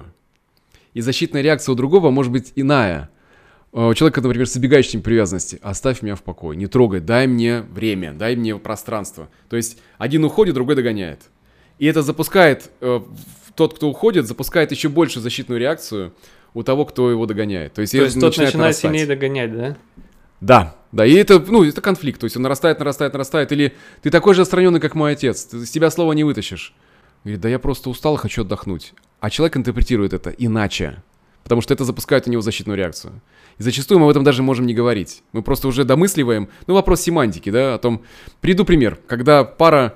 И защитная реакция у другого может быть иная. У человека, например, с избегающим привязанности. Оставь меня в покое, не трогай, дай мне время, дай мне пространство. То есть один уходит, другой догоняет. И это запускает, э, тот, кто уходит, запускает еще большую защитную реакцию у того, кто его догоняет. То есть, То есть тот начинает нарастать. сильнее догонять, да? Да, да, и это, ну, это конфликт, то есть он нарастает, нарастает, нарастает, или ты такой же отстраненный, как мой отец, ты с тебя слова не вытащишь. Говорит, да я просто устал, хочу отдохнуть. А человек интерпретирует это иначе, потому что это запускает у него защитную реакцию. И зачастую мы об этом даже можем не говорить. Мы просто уже домысливаем, ну, вопрос семантики, да, о том... Приведу пример, когда пара,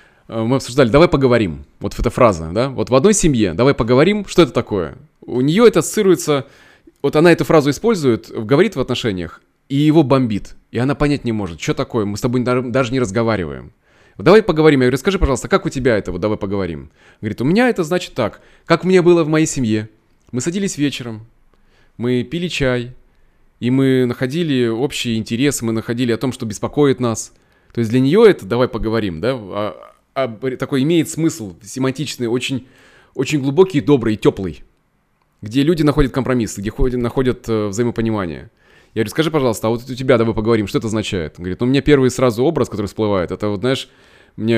мы обсуждали, давай поговорим, вот эта фраза, да, вот в одной семье, давай поговорим, что это такое? У нее это ассоциируется, вот она эту фразу использует, говорит в отношениях, и его бомбит. И она понять не может, что такое, мы с тобой даже не разговариваем. Давай поговорим. Я говорю, скажи, пожалуйста, как у тебя это? Вот давай поговорим. Говорит, у меня это значит так, как у меня было в моей семье. Мы садились вечером, мы пили чай, и мы находили общие интересы, мы находили о том, что беспокоит нас. То есть для нее это давай поговорим, да, а, а, такой имеет смысл семантичный, очень, очень глубокий, добрый, теплый, где люди находят компромисс, где ходят, находят э, взаимопонимание. Я говорю, скажи, пожалуйста, а вот у тебя давай поговорим, что это означает? Он говорит, ну у меня первый сразу образ, который всплывает, это вот, знаешь, мне,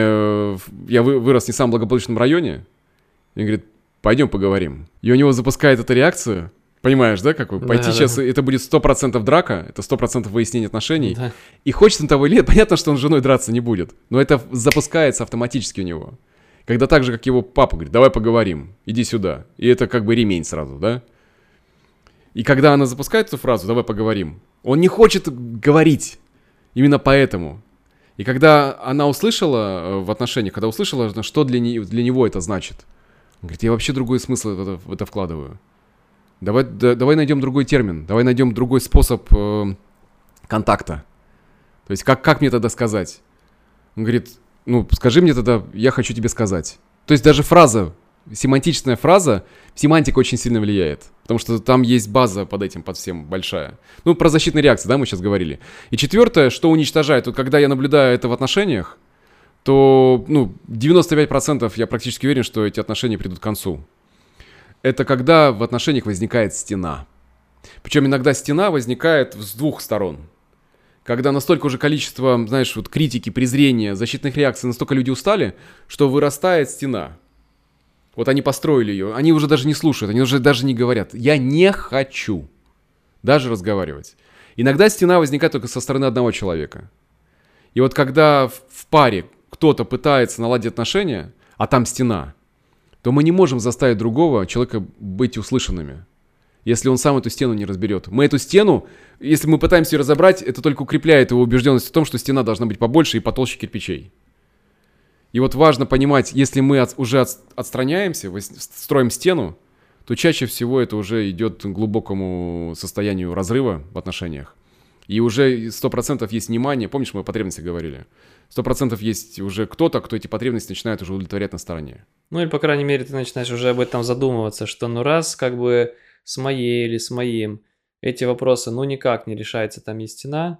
я вырос в не самом благополучном районе, и он говорит, пойдем поговорим. И у него запускает эту реакцию, Понимаешь, да, как бы? Пойти Да, сейчас, да. это будет сто процентов драка, это сто процентов выяснение отношений. Да. И хочет он того или нет, понятно, что он с женой драться не будет. Но это запускается автоматически у него. Когда так же, как его папа говорит, давай поговорим, иди сюда. И это как бы ремень сразу, да? И когда она запускает эту фразу, давай поговорим, он не хочет говорить. Именно поэтому. И когда она услышала в отношениях, когда услышала, что для, не, для него это значит, он говорит, я вообще другой смысл в это, в это вкладываю. Давай, да, давай найдем другой термин, давай найдем другой способ э, контакта. То есть как, как мне тогда сказать? Он говорит, ну скажи мне тогда, я хочу тебе сказать. То есть даже фраза, семантичная фраза, семантика очень сильно влияет. Потому что там есть база под этим, под всем большая. Ну, про защитные реакции, да, мы сейчас говорили. И четвертое, что уничтожает, вот когда я наблюдаю это в отношениях, то, ну, девяносто пять процентов я практически уверен, что эти отношения придут к концу. Это когда в отношениях возникает стена. Причем иногда стена возникает с двух сторон. Когда настолько уже количество, знаешь, вот критики, презрения, защитных реакций, настолько люди устали, что вырастает стена. Вот они построили ее, они уже даже не слушают, они уже даже не говорят. Я не хочу даже разговаривать. Иногда стена возникает только со стороны одного человека. И вот когда в, в паре кто-то пытается наладить отношения, а там стена, то мы не можем заставить другого человека быть услышанными, если он сам эту стену не разберет. Мы эту стену, если мы пытаемся ее разобрать, это только укрепляет его убежденность в том, что стена должна быть побольше и потолще кирпичей. И вот важно понимать, если мы от, уже от, отстраняемся, строим стену, то чаще всего это уже идет к глубокому состоянию разрыва в отношениях. И уже сто процентов есть внимание, помнишь, мы о потребностях говорили? сто процентов есть уже кто-то, кто эти потребности начинает уже удовлетворять на стороне. Ну или, по крайней мере, ты начинаешь уже об этом задумываться, что ну раз как бы с моей или с моим эти вопросы ну никак не решаются, там есть стена,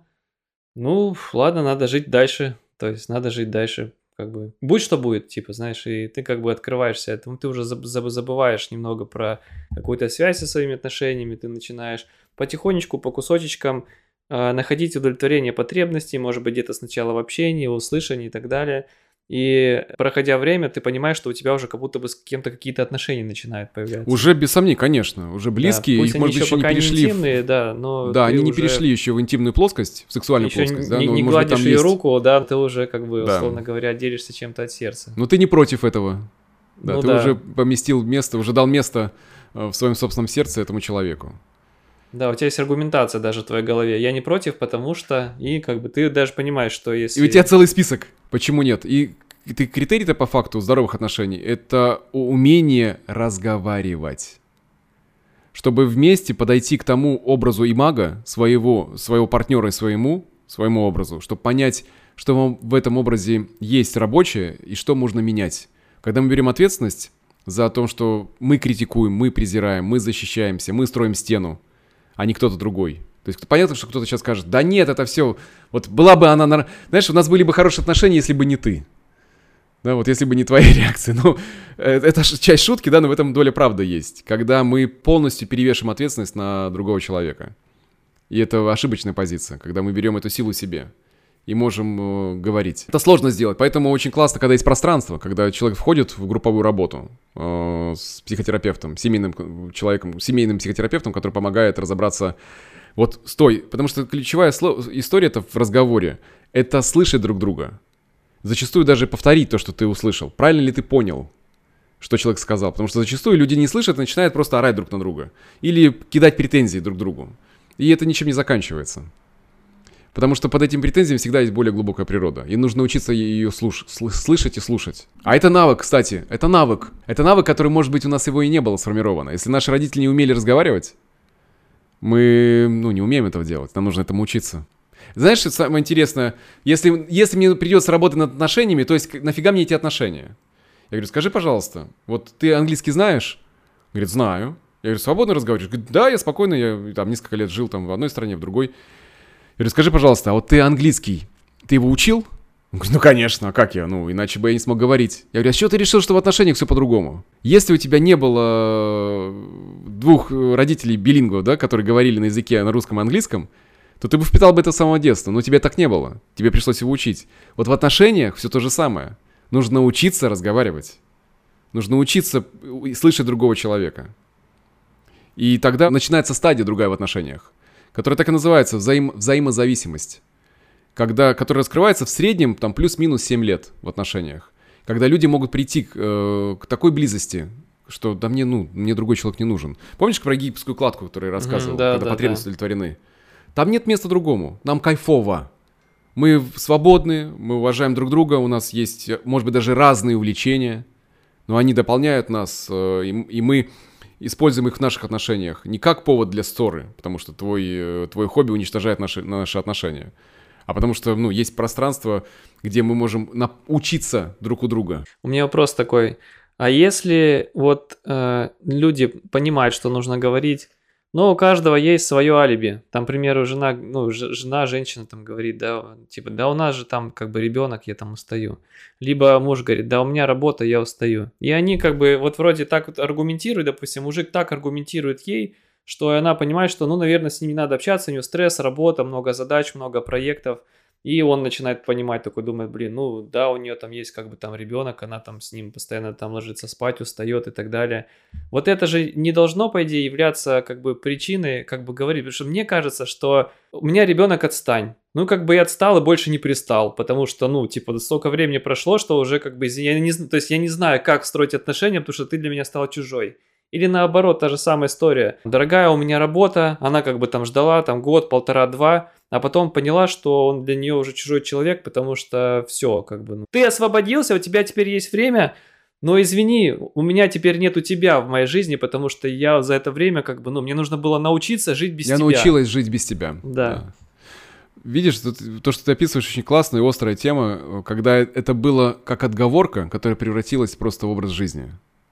ну ладно, надо жить дальше, то есть надо жить дальше. Как бы, будь что будет, типа, знаешь, и ты как бы открываешься этому, ты уже забываешь немного про какую-то связь со своими отношениями, ты начинаешь потихонечку, по кусочечкам э, находить удовлетворение потребностей, может быть, где-то сначала в общении, в услышании и так далее. И проходя время, ты понимаешь, что у тебя уже как будто бы с кем-то какие-то отношения начинают появляться. Уже без сомнений, конечно, уже близкие, да, пусть их, они может быть, еще не перешли. Не интимные, в... да, но да, они не уже... перешли еще в интимную плоскость, в сексуальную еще плоскость. Не, да? не, но, не может гладишь быть, ее есть... руку, да, ты уже, как бы, да. условно говоря, делишься чем-то от сердца. Но ты не против этого. Да, ну, ты да. уже поместил место, уже дал место в своем собственном сердце этому человеку. Да, у тебя есть аргументация даже в твоей голове. Я не против, потому что... И как бы ты даже понимаешь, что если... И у тебя целый список, почему нет. И ты критерий-то по факту здоровых отношений — это умение разговаривать. Чтобы вместе подойти к тому образу имага, своего, своего партнера и своему, своему образу, чтобы понять, что в этом образе есть рабочее и что можно менять. Когда мы берем ответственность за то, что мы критикуем, мы презираем, мы защищаемся, мы строим стену, а не кто-то другой. То есть понятно, что кто-то сейчас скажет, да нет, это все, вот была бы она, знаешь, у нас были бы хорошие отношения, если бы не ты. Да, вот если бы не твои реакции. Ну, это часть шутки, да, но в этом доля правды есть. Когда мы полностью перевешиваем ответственность на другого человека. И это ошибочная позиция, когда мы берем эту силу себе и можем э, говорить. Это сложно сделать, поэтому очень классно, когда есть пространство, когда человек входит в групповую работу э, с психотерапевтом, семейным человеком, семейным психотерапевтом, который помогает разобраться вот с той, потому что ключевая история-то в разговоре — это слышать друг друга. Зачастую даже повторить то, что ты услышал. Правильно ли ты понял, что человек сказал? Потому что зачастую люди не слышат и начинают просто орать друг на друга. Или кидать претензии друг другу. И это ничем не заканчивается. Потому что под этими претензиями всегда есть более глубокая природа. И нужно учиться ее слуш- слышать и слушать. А это навык, кстати. Это навык. Это навык, который, может быть, у нас его и не было сформировано. Если наши родители не умели разговаривать, мы, ну, не умеем этого делать. Нам нужно этому учиться. Знаешь, что самое интересное? Если, если мне придется работать над отношениями, то есть нафига мне эти отношения? Я говорю, скажи, пожалуйста, вот ты английский знаешь? Говорит, знаю. Я говорю, свободно разговариваешь? Говорит, да, я спокойно, я там несколько лет жил там в одной стране, в другой. Я говорю, скажи, пожалуйста, а вот ты английский, ты его учил? Он говорит, ну, конечно, а как я? Ну, иначе бы я не смог говорить. Я говорю, а с чего ты решил, что в отношениях все по-другому? Если у тебя не было двух родителей билингвов, да, которые говорили на языке, на русском и английском, то ты бы впитал бы это с самого детства, но тебе так не было. Тебе пришлось его учить. Вот в отношениях все то же самое. Нужно учиться разговаривать. Нужно учиться слышать другого человека. И тогда начинается стадия другая в отношениях, которая так и называется взаим... взаимозависимость, когда... которая раскрывается в среднем там, плюс-минус семь лет в отношениях. Когда люди могут прийти к, э, к такой близости, что да мне, ну, мне другой человек не нужен. Помнишь про египетскую кладку, которую я рассказывал, mm, да, когда да, потребности да. удовлетворены? Там нет места другому, нам кайфово. Мы свободны, мы уважаем друг друга, у нас есть, может быть, даже разные увлечения, но они дополняют нас, э, и, и мы используем их в наших отношениях не как повод для ссоры, потому что твой, э, твое хобби уничтожает наши, наши отношения, а потому что, ну, есть пространство, где мы можем научиться друг у друга. У меня вопрос такой. А если вот э, люди понимают, что нужно говорить, но у каждого есть свое алиби. Там, к примеру, жена, ну, ж, жена, женщина там говорит, да, типа, да у нас же там как бы ребенок, я там устаю. Либо муж говорит, да у меня работа, я устаю. И они как бы вот вроде так вот аргументируют, допустим, мужик так аргументирует ей, что она понимает, что, ну, наверное, с ним не надо общаться, у него стресс, работа, много задач, много проектов. И он начинает понимать, такой думает, блин, ну да, у нее там есть как бы там ребенок, она там с ним постоянно там ложится спать, устает и так далее. Вот это же не должно, по идее, являться как бы причиной, как бы говорить, потому что мне кажется, что у меня ребенок отстань. Ну, как бы я отстал и больше не пристал, потому что, ну, типа, столько времени прошло, что уже как бы, я не, то есть я не знаю, как строить отношения, потому что ты для меня стал чужой. Или наоборот, та же самая история. Дорогая, у меня работа, она как бы там ждала там год, полтора, два, а потом поняла, что он для нее уже чужой человек, потому что все, как бы. Ну, ты освободился, у тебя теперь есть время, но извини, у меня теперь нету тебя в моей жизни, потому что я за это время как бы, ну, мне нужно было научиться жить без я тебя. Я научилась жить без тебя. Да. да. Видишь, то, то, что ты описываешь, очень классная и острая тема, когда это было как отговорка, которая превратилась просто в образ жизни.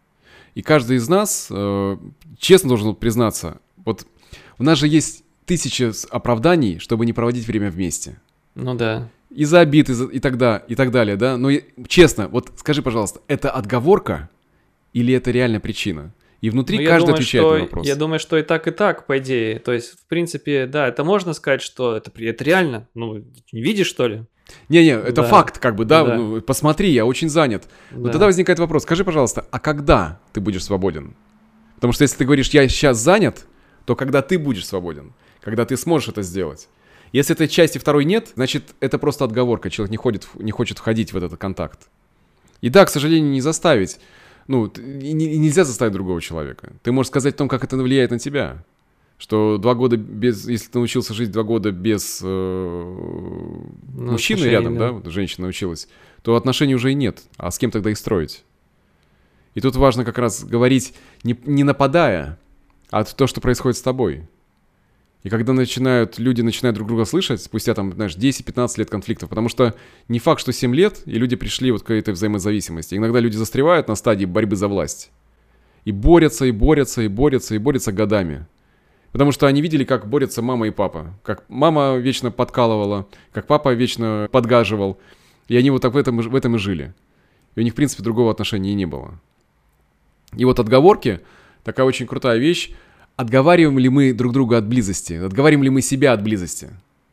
И каждый из нас, э, честно должен признаться, вот у нас же есть тысячи оправданий, чтобы не проводить время вместе. Ну да. Из-за обид, из-за, и, тогда, и так далее, да? Но честно, вот скажи, пожалуйста, это отговорка или это реальная причина? И внутри ну, каждый думаю, отвечает что, на вопрос. Я думаю, что и так, и так, по идее. То есть, в принципе, да, это можно сказать, что это, это реально. Ну, не видишь, что ли? Не-не, это да. факт, как бы, да, да. Ну, посмотри, я очень занят. Но да. тогда возникает вопрос, скажи, пожалуйста, а когда ты будешь свободен? Потому что если ты говоришь, я сейчас занят, то когда ты будешь свободен? Когда ты сможешь это сделать? Если этой части второй нет, значит, это просто отговорка, человек не, ходит, не хочет входить в этот контакт. И да, к сожалению, не заставить, ну, и нельзя заставить другого человека. Ты можешь сказать о том, как это влияет на тебя. Что два года без, если ты научился жить два года без э, ну, мужчины рядом, да, да, женщина научилась, то отношений уже и нет. А с кем тогда их строить? И тут важно как раз говорить не, не нападая, а то, что происходит с тобой. И когда начинают, люди начинают друг друга слышать, спустя там, знаешь, десять-пятнадцать лет конфликтов, потому что не факт, что семь лет, и люди пришли вот к этой взаимозависимости. Иногда люди застревают на стадии борьбы за власть. И борются, и борются, и борются, и борются годами. Потому что они видели, как борются мама и папа. Как мама вечно подкалывала, как папа вечно подгаживал. И они вот так в этом, в этом и жили. И у них, в принципе, другого отношения и не было. И вот отговорки, такая очень крутая вещь. Отговариваем ли мы друг друга от близости? Отговариваем ли мы себя от близости?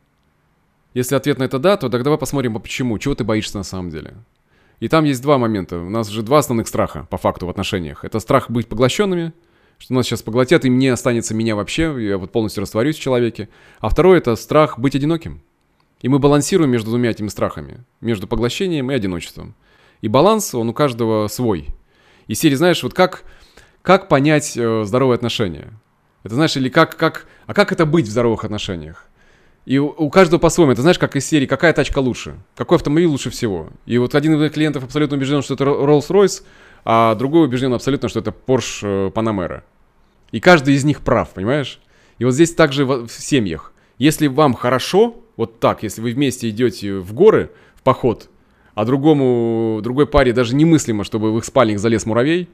Если ответ на это да, то тогда давай посмотрим, а почему. Чего ты боишься на самом деле? И там есть два момента. У нас же два основных страха, по факту, в отношениях. Это страх быть поглощенными, что нас сейчас поглотят, и мне останется меня вообще, я вот полностью растворюсь в человеке. А второе — это страх быть одиноким. И мы балансируем между двумя этими страхами. Между поглощением и одиночеством. И баланс, он у каждого свой. И серии, знаешь, вот как, как понять э, здоровые отношения? Это, знаешь, или как, как... А как это быть в здоровых отношениях? И у, у каждого по-своему. Это, знаешь, как из серии «Какая тачка лучше?» Какой автомобиль лучше всего? И вот один из моих клиентов абсолютно убежден, что это Rolls-Royce, а другой убежден абсолютно, что это Porsche Panamera. И каждый из них прав, понимаешь? И вот здесь также в, в семьях. Если вам хорошо, вот так, если вы вместе идете в горы, в поход, а другому, другой паре даже немыслимо, чтобы в их спальник залез муравей,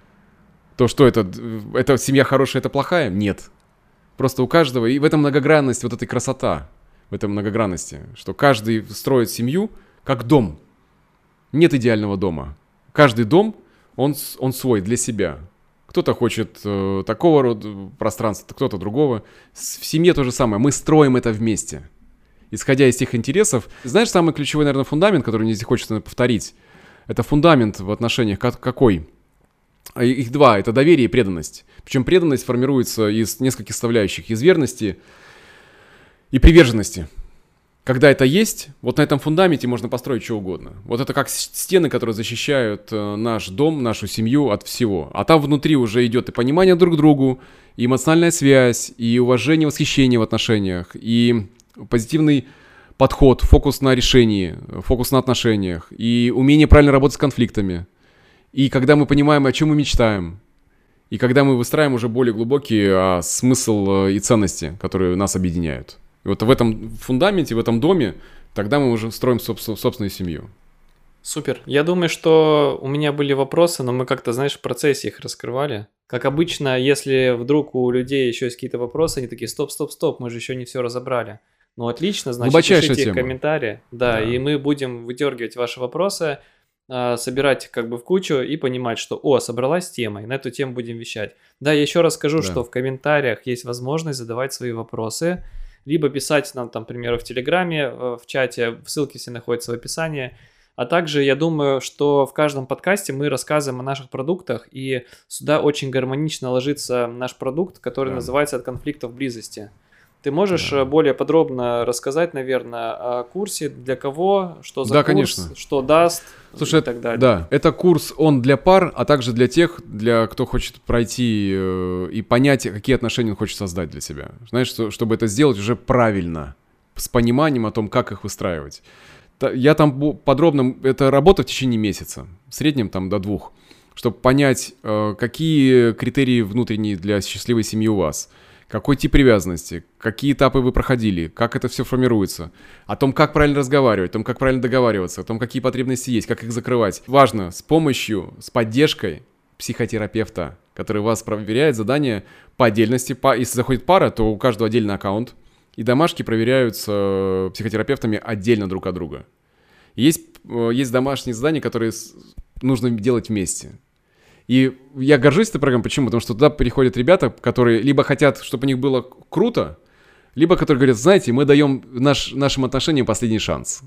то что это? Это семья хорошая, это плохая? Нет. Просто у каждого, и в этом многогранность, вот этой красота, в этом многогранности, что каждый строит семью как дом. Нет идеального дома. Каждый дом, он, он свой, для себя. Кто-то хочет э, такого рода пространства, кто-то другого. В семье то же самое. Мы строим это вместе, исходя из тех интересов. Знаешь, самый ключевой, наверное, фундамент, который мне здесь хочется повторить, это фундамент в отношениях какой? А их два, это доверие и преданность. Причем преданность формируется из нескольких составляющих, из верности и приверженности. Когда это есть, вот на этом фундаменте можно построить что угодно. Вот это как стены, которые защищают наш дом, нашу семью от всего. А там внутри уже идет и понимание друг к другу, и эмоциональная связь, и уважение, восхищение в отношениях, и позитивный подход, фокус на решении, фокус на отношениях, и умение правильно работать с конфликтами. И когда мы понимаем, о чем мы мечтаем, и когда мы выстраиваем уже более глубокий а, смысл и ценности, которые нас объединяют. И вот в этом фундаменте, в этом доме, тогда мы уже строим собствен- собственную семью. Супер. Я думаю, что у меня были вопросы, но мы как-то, знаешь, в процессе их раскрывали. Как обычно, если вдруг у людей еще есть какие-то вопросы, они такие, стоп, стоп, стоп, мы же еще не все разобрали. Ну, отлично, значит, Глубочайшая пишите тема. комментарии. Да, Да. и мы будем выдергивать ваши вопросы, а, собирать как бы в кучу и понимать, что, о, собралась тема, и на эту тему будем вещать. Да, я еще раз скажу, Да. что в комментариях есть возможность задавать свои вопросы, либо писать нам там, к примеру, в Телеграме, э, в чате, ссылки все находятся в описании. А также я думаю, что в каждом подкасте мы рассказываем о наших продуктах, и сюда очень гармонично ложится наш продукт, который Да. называется «От конфликтов близости». Ты можешь Да. э, более подробно рассказать, наверное, о курсе, для кого, что за Да, курс, конечно. что даст Слушай, и так далее. да, это курс, он для пар, а также для тех, для кто хочет пройти э, и понять, какие отношения он хочет создать для себя. Знаешь, что, чтобы это сделать уже правильно, с пониманием о том, как их выстраивать. Та- Я там бу- подробно, это работа в течение месяца, в среднем там до двух, чтобы понять, э, какие критерии внутренние для счастливой семьи у вас, какой тип привязанности, какие этапы вы проходили, как это все формируется, о том, как правильно разговаривать, о том, как правильно договариваться, о том, какие потребности есть, как их закрывать. Важно с помощью, с поддержкой психотерапевта, который вас проверяет задания по отдельности. По, если заходит пара, то у каждого отдельный аккаунт, и домашки проверяются психотерапевтами отдельно друг от друга. Есть, э, есть домашние задания, которые с- нужно делать вместе. И я горжусь этой программой. Почему? Потому что туда приходят ребята, которые либо хотят, чтобы у них было круто, либо которые говорят, знаете, мы даем наш, нашим отношениям последний шанс.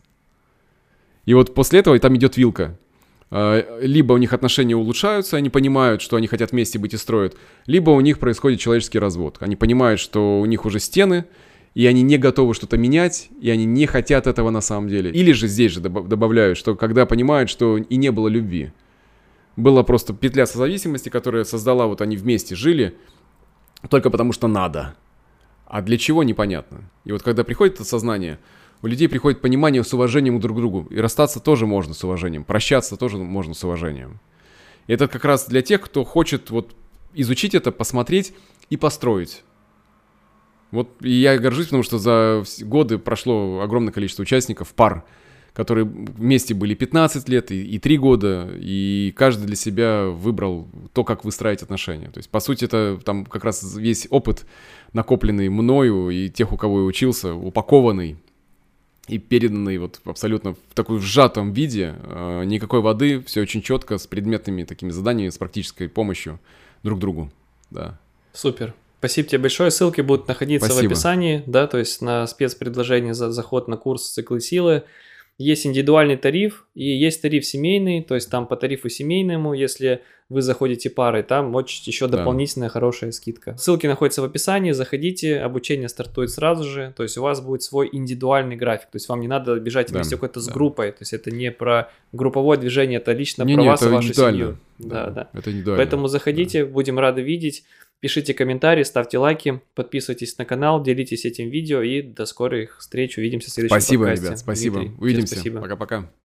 И вот после этого там идет вилка. А, Либо у них отношения улучшаются, они понимают, что они хотят вместе быть и строят, либо у них происходит человеческий развод. Они понимают, что у них уже стены, и они не готовы что-то менять, и они не хотят этого на самом деле. Или же здесь же добав- добавляют, что когда понимают, что и не было любви. Была просто петля созависимости, которая создала, вот они вместе жили, только потому что надо. А для чего, непонятно. И вот когда приходит это сознание, у людей приходит понимание с уважением друг к другу. И расстаться тоже можно с уважением, прощаться тоже можно с уважением. И это как раз для тех, кто хочет вот изучить это, посмотреть и построить. Вот и я горжусь, потому что за вс- годы прошло огромное количество участников, пар, которые вместе были пятнадцать лет и, и три года, и каждый для себя выбрал то, как выстраивать отношения. То есть, по сути, это там как раз весь опыт, накопленный мною и тех, у кого я учился, упакованный и переданный вот абсолютно в такой сжатом виде, э, никакой воды, все очень четко, с предметными такими заданиями, с практической помощью друг другу, да. Супер. Спасибо тебе большое. Ссылки будут находиться Спасибо. в описании, да, то есть на спецпредложение за заход на курс «Циклы силы». Есть индивидуальный тариф и есть тариф семейный, то есть там по тарифу семейному, если вы заходите парой, там очень еще Да. дополнительная хорошая скидка. Ссылки находятся в описании, заходите, обучение стартует сразу же, то есть у вас будет свой индивидуальный график, то есть вам не надо бежать Да, вместе какой-то с да. группой, то есть это не про групповое движение, это лично Не-не, про вас и это вашу индивидуально. семью. Да, да. Это индивидуально. Поэтому заходите, будем рады видеть. Пишите комментарии, ставьте лайки, подписывайтесь на канал, делитесь этим видео и до скорых встреч. Увидимся в следующем Спасибо, подкасте. ребят, спасибо. Дмитрий, тебе Увидимся. спасибо. Пока-пока.